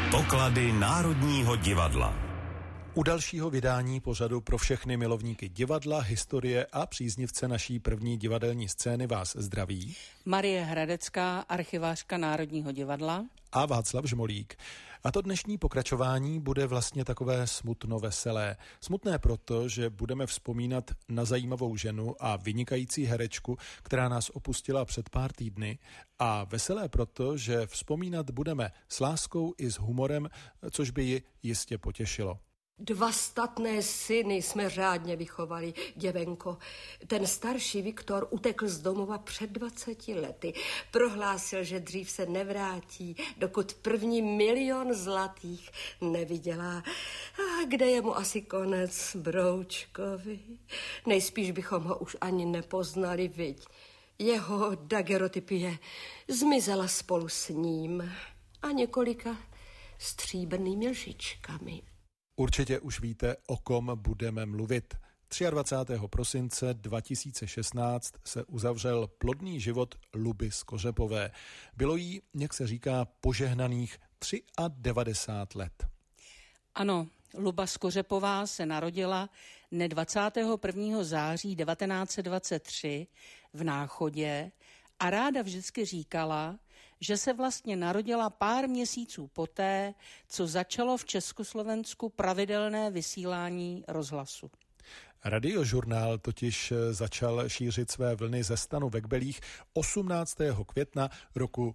Poklady Národního divadla. U dalšího vydání pořadu pro všechny milovníky divadla, historie a příznivce naší první divadelní scény vás zdraví Marie Hradecká, archivářka Národního divadla, a Václav Žmolík. A to dnešní pokračování bude vlastně takové smutno veselé. Smutné proto, že budeme vzpomínat na zajímavou ženu a vynikající herečku, která nás opustila před pár týdny, a veselé proto, že vzpomínat budeme s láskou i s humorem, což by ji jistě potěšilo. 2 statné syny jsme řádně vychovali, děvenko. Ten starší Viktor utekl z domova před 20 lety. Prohlásil, že dřív se nevrátí, dokud první 1 000 000 zlatých nevydělá. A kde je mu asi konec, broučkovi? Nejspíš bychom ho už ani nepoznali, viď? Jeho dagerotypie zmizela spolu s ním a několika stříbrnými lžičkami. Určitě už víte, o kom budeme mluvit. 23. prosince 2016 se uzavřel plodný život Luby Skořepové. Bylo jí, jak se říká, požehnaných 93 let. Ano, Luba Skořepová se narodila dne 21. září 1923 v Náchodě a ráda vždycky říkala, že se vlastně narodila pár měsíců poté, co začalo v Československu pravidelné vysílání rozhlasu. Radiožurnál totiž začal šířit své vlny ze stanu ve Kbelích 18. května roku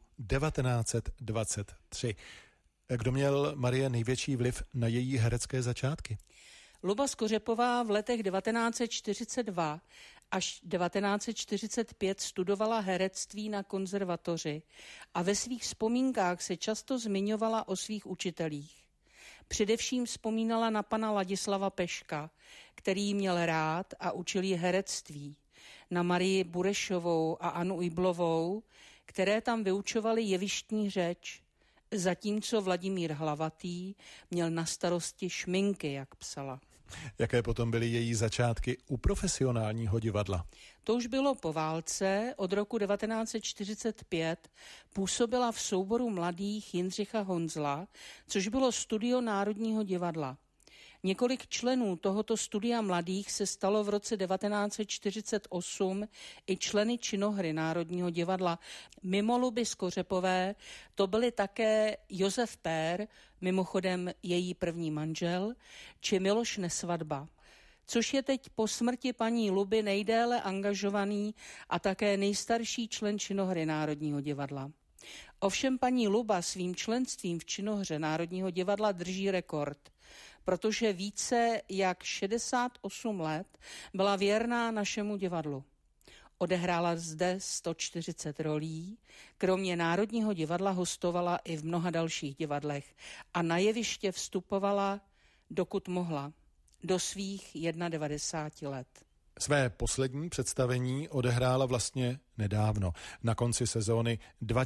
1923. Kdo měl, Marie, největší vliv na její herecké začátky? Luba Skořepová v letech 1942 až 1945 studovala herectví na konzervatoři a ve svých vzpomínkách se často zmiňovala o svých učitelích. Především vzpomínala na pana Ladislava Peška, který ji měl rád a učil ji herectví, na Marii Burešovou a Annu Iblovou, které tam vyučovali jevištní řeč, zatímco Vladimír Hlavatý měl na starosti šminky, jak psala. Jaké potom byly její začátky u profesionálního divadla? To už bylo po válce. Od roku 1945 působila v souboru mladých Jindřicha Honzla, což bylo studio Národního divadla. Několik členů tohoto studia mladých se stalo v roce 1948 i členy činohry Národního divadla. Mimo Luby Skořepové to byli také Josef Pér, mimochodem její první manžel, či Miloš Nesvadba, což je teď po smrti paní Luby nejdéle angažovaný a také nejstarší člen činohry Národního divadla. Ovšem paní Luba svým členstvím v činohře Národního divadla drží rekord, protože více jak 68 let byla věrná našemu divadlu. Odehrála zde 140 rolí, kromě Národního divadla hostovala i v mnoha dalších divadlech a na jeviště vstupovala, dokud mohla, do svých 91 let. Své poslední představení odehrála vlastně nedávno, na konci sezóny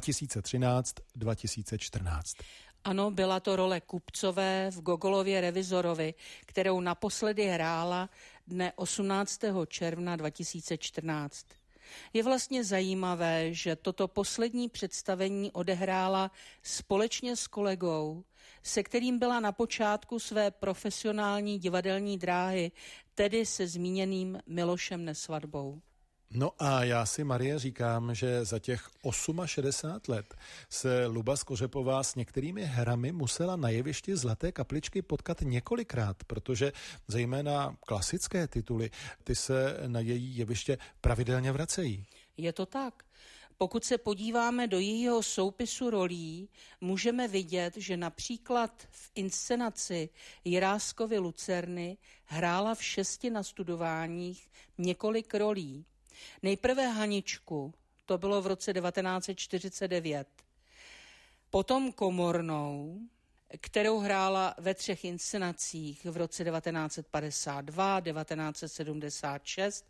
2013-2014. Ano, byla to role Kupcové v Gogolově Revizorovi, kterou naposledy hrála dne 18. června 2014. Je vlastně zajímavé, že toto poslední představení odehrála společně s kolegou, se kterým byla na počátku své profesionální divadelní dráhy, tedy se zmíněným Milošem Nesvadbou. No a já si, Marie, říkám, že za těch 68 let se Luba Skořepová s některými herami musela na jevišti Zlaté kapličky potkat několikrát, protože zejména klasické tituly, ty se na její jeviště pravidelně vracejí. Je to tak. Pokud se podíváme do jejího soupisu rolí, můžeme vidět, že například v inscenaci Jiráskovy Lucerny hrála v 6 nastudováních několik rolí. Nejprve Haničku, to bylo v roce 1949. Potom Komornou, kterou hrála ve 3 inscenacích v roce 1952, 1976,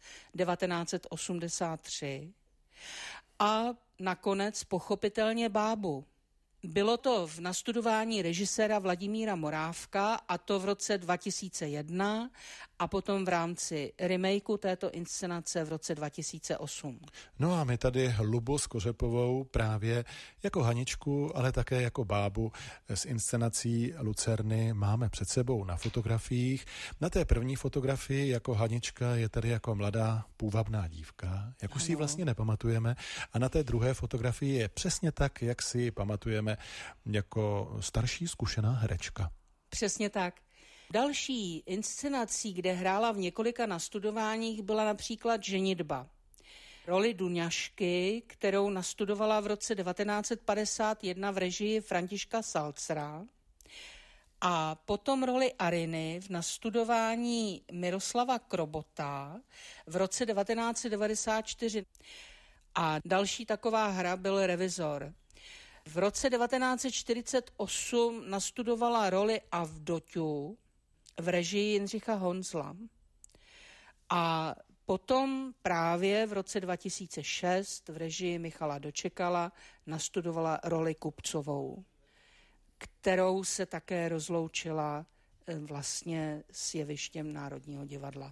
1983. A nakonec pochopitelně Bábu. Bylo to v nastudování režiséra Vladimíra Morávka, a to v roce 2001, a potom v rámci remakeu této inscenace v roce 2008. No a my tady Lubu Skořepovou právě jako Haničku, ale také jako bábu s inscenací Lucerny máme před sebou na fotografiích. Na té první fotografii jako Hanička je tady jako mladá půvabná dívka, jak už si ji vlastně nepamatujeme. A na té druhé fotografii je přesně tak, jak si ji pamatujeme jako starší zkušená herečka. Přesně tak. Další inscenací, kde hrála v několika nastudováních, byla například Ženitba. Roli Duňašky, kterou nastudovala v roce 1951 v režii Františka Salzera, a potom roli Ariny v nastudování Miroslava Krobota v roce 1994. A další taková hra byl Revizor. V roce 1948 nastudovala roli Avdoťu v režii Jindřicha Honzla. A potom právě v roce 2006 v režii Michala Dočekala nastudovala roli Kupcovou, kterou se také rozloučila vlastně s jevištěm Národního divadla.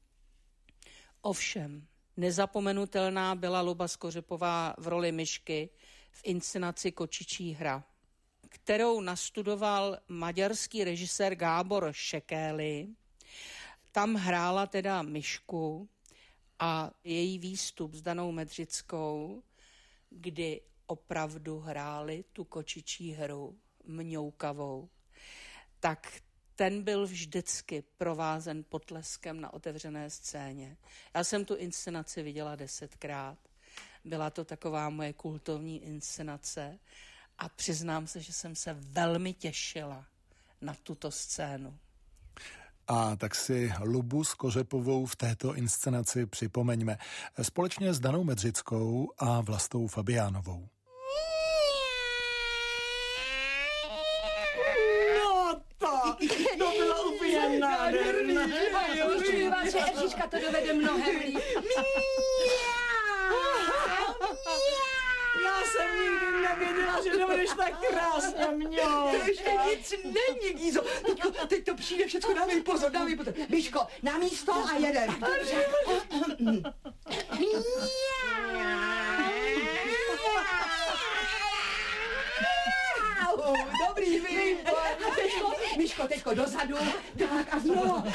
Ovšem, nezapomenutelná byla Luba Skořepová v roli Myšky v inscenaci Kočičí hra, kterou nastudoval maďarský režisér Gábor Šekély. Tam hrála teda Myšku a její výstup s Danou Medřickou, kdy opravdu hráli tu kočičí hru mňoukavou, tak ten byl vždycky provázen potleskem na otevřené scéně. Já jsem tu inscenaci viděla 10krát. Byla to taková moje kultovní inscenace a přiznám se, že jsem se velmi těšila na tuto scénu. A tak si Lubu Skořepovou v této inscenaci připomeňme společně s Danou Medřickou a Vlastou Fabiánovou. To bylo úplně nádherné. Určitě vás, že Evžička to dovede mnohem líp. Já jsem nikdy nevěděla, že dovedeš tak krásně mňou. To ještě nic není, Gízo. Teď to přijde všechno, dávej pozor. Myško, na místo a jeden. Dobrý, Myško, teďko dozadu. Tak a znovu.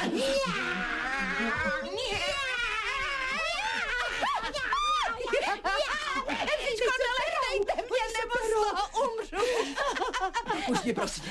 Evžičko, nelejte mě, nebo z toho umřu. Už mě prosím.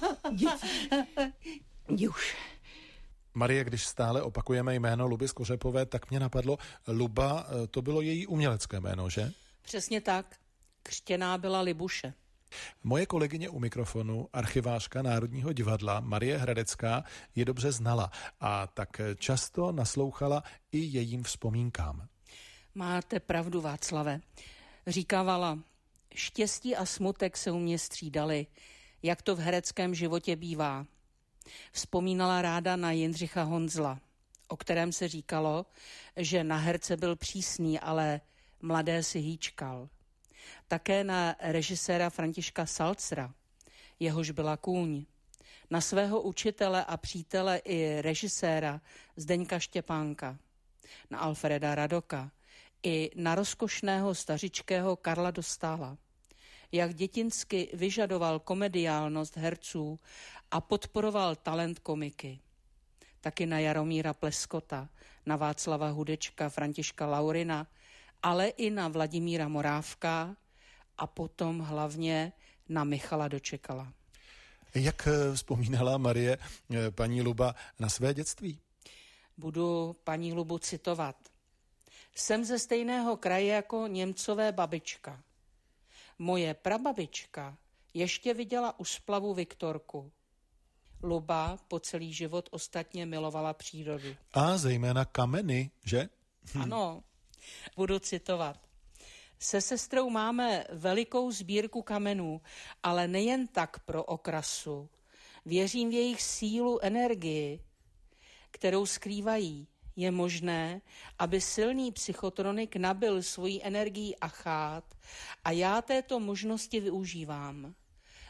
Jdi už. Marie, když stále opakujeme jméno Luby Skořepové, tak mě napadlo, Luba, to bylo její umělecké jméno, že? Přesně tak. Křtěná byla Libuše. Moje kolegyně u mikrofonu, archivářka Národního divadla Marie Hradecká, je dobře znala a tak často naslouchala i jejím vzpomínkám. Máte pravdu, Václave. Říkávala, štěstí a smutek se u mě střídali, jak to v hereckém životě bývá. Vzpomínala ráda na Jindřicha Honzla, o kterém se říkalo, že na herce byl přísný, ale mladé si hýčkal. Také na režiséra Františka Salzera, jehož byla kůň. Na svého učitele a přítele i režiséra Zdeňka Štěpánka. Na Alfreda Radoka i na rozkošného stařičkého Karla Dostála. Jak dětinsky vyžadoval komediálnost herců a podporoval talent komiky. Taky na Jaromíra Pleskota, na Václava Hudečka, Františka Laurina, ale i na Vladimíra Morávka a potom hlavně na Michala Dočekala. Jak vzpomínala Marie paní Luba na své dětství? Budu paní Lubu citovat. Jsem ze stejného kraje jako Němcové babička. Moje prababička ještě viděla u splavu Viktorku. Luba po celý život ostatně milovala přírodu. A zejména kameny, že? Ano, budu citovat. Se sestrou máme velikou sbírku kamenů, ale nejen tak pro okrasu. Věřím v jejich sílu, energii, kterou skrývají. Je možné, aby silný psychotronik nabyl svojí energií achát a já této možnosti využívám.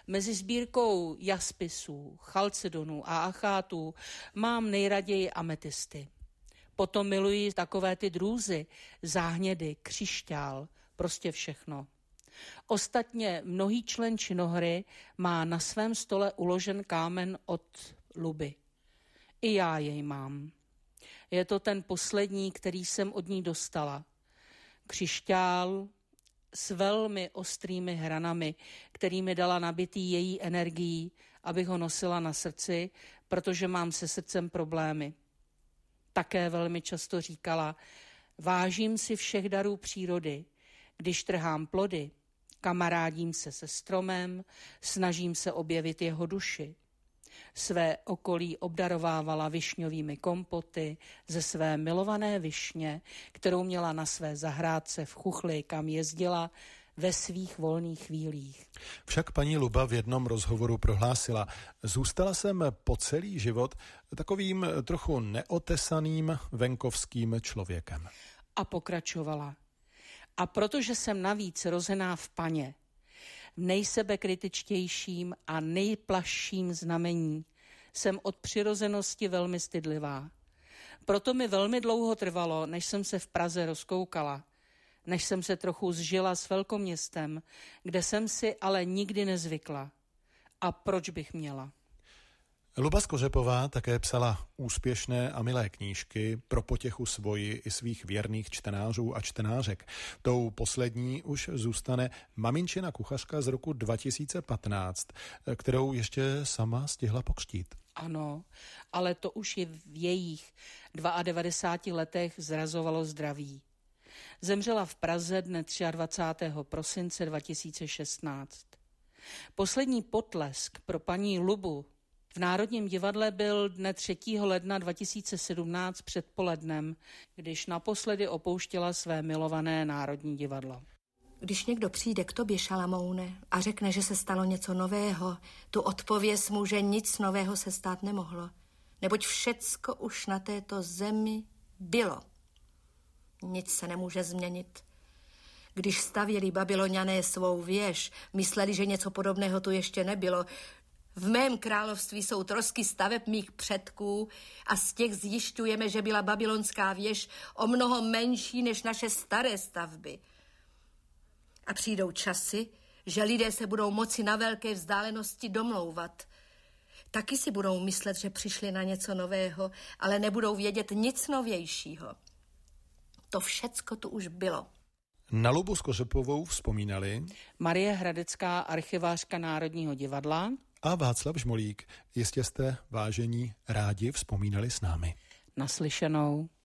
Mezi sbírkou jaspisů, chalcedonů a achátů mám nejraději ametisty. Potom miluji takové ty drůzy, záhnědy, křišťál, prostě všechno. Ostatně mnohý člen činohry má na svém stole uložen kámen od Luby. I já jej mám. Je to ten poslední, který jsem od ní dostala. Křišťál s velmi ostrými hranami, kterými dala nabitý její energií, abych ho nosila na srdci, protože mám se srdcem problémy. Také velmi často říkala, vážím si všech darů přírody. Když trhám plody, kamarádím se stromem, snažím se objevit jeho duši. Své okolí obdarovávala višňovými kompoty ze své milované višně, kterou měla na své zahrádce v Chuchli, kam jezdila ve svých volných chvílích. Však paní Luba v jednom rozhovoru prohlásila, zůstala jsem po celý život takovým trochu neotesaným venkovským člověkem. A pokračovala. A protože jsem navíc rozená v paně, v nejsebekritičtějším a nejplašším znamení, jsem od přirozenosti velmi stydlivá. Proto mi velmi dlouho trvalo, než jsem se v Praze rozkoukala, než jsem se trochu zžila s velkoměstem, kde jsem si ale nikdy nezvykla. A proč bych měla? Luba Skořepová také psala úspěšné a milé knížky pro potěchu svoji i svých věrných čtenářů a čtenářek. Tou poslední už zůstane Maminčina kuchařka z roku 2015, kterou ještě sama stihla pokřtít. Ano, ale to už i v jejich 92 letech zrazovalo zdraví. Zemřela v Praze dne 23. prosince 2016. Poslední potlesk pro paní Lubu v Národním divadle byl dne 3. ledna 2017 předpolednem, když naposledy opouštěla své milované Národní divadlo. Když někdo přijde k tobě, Šalamoune, a řekne, že se stalo něco nového, tu odpověz mu, že nic nového se stát nemohlo. Neboť všecko už na této zemi bylo. Nic se nemůže změnit. Když stavěli Babyloniané svou věž, mysleli, že něco podobného tu ještě nebylo. V mém království jsou trosky staveb mých předků a z těch zjišťujeme, že byla babylonská věž o mnoho menší než naše staré stavby. A přijdou časy, že lidé se budou moci na velké vzdálenosti domlouvat. Taky si budou myslet, že přišli na něco nového, ale nebudou vědět nic novějšího. To všecko tu už bylo. Na Lubu Skořepovou vzpomínali Marie Hradecká, archivářka Národního divadla, a Václav Žmolík. Jistě jste, vážení, rádi vzpomínali s námi. Naslyšenou.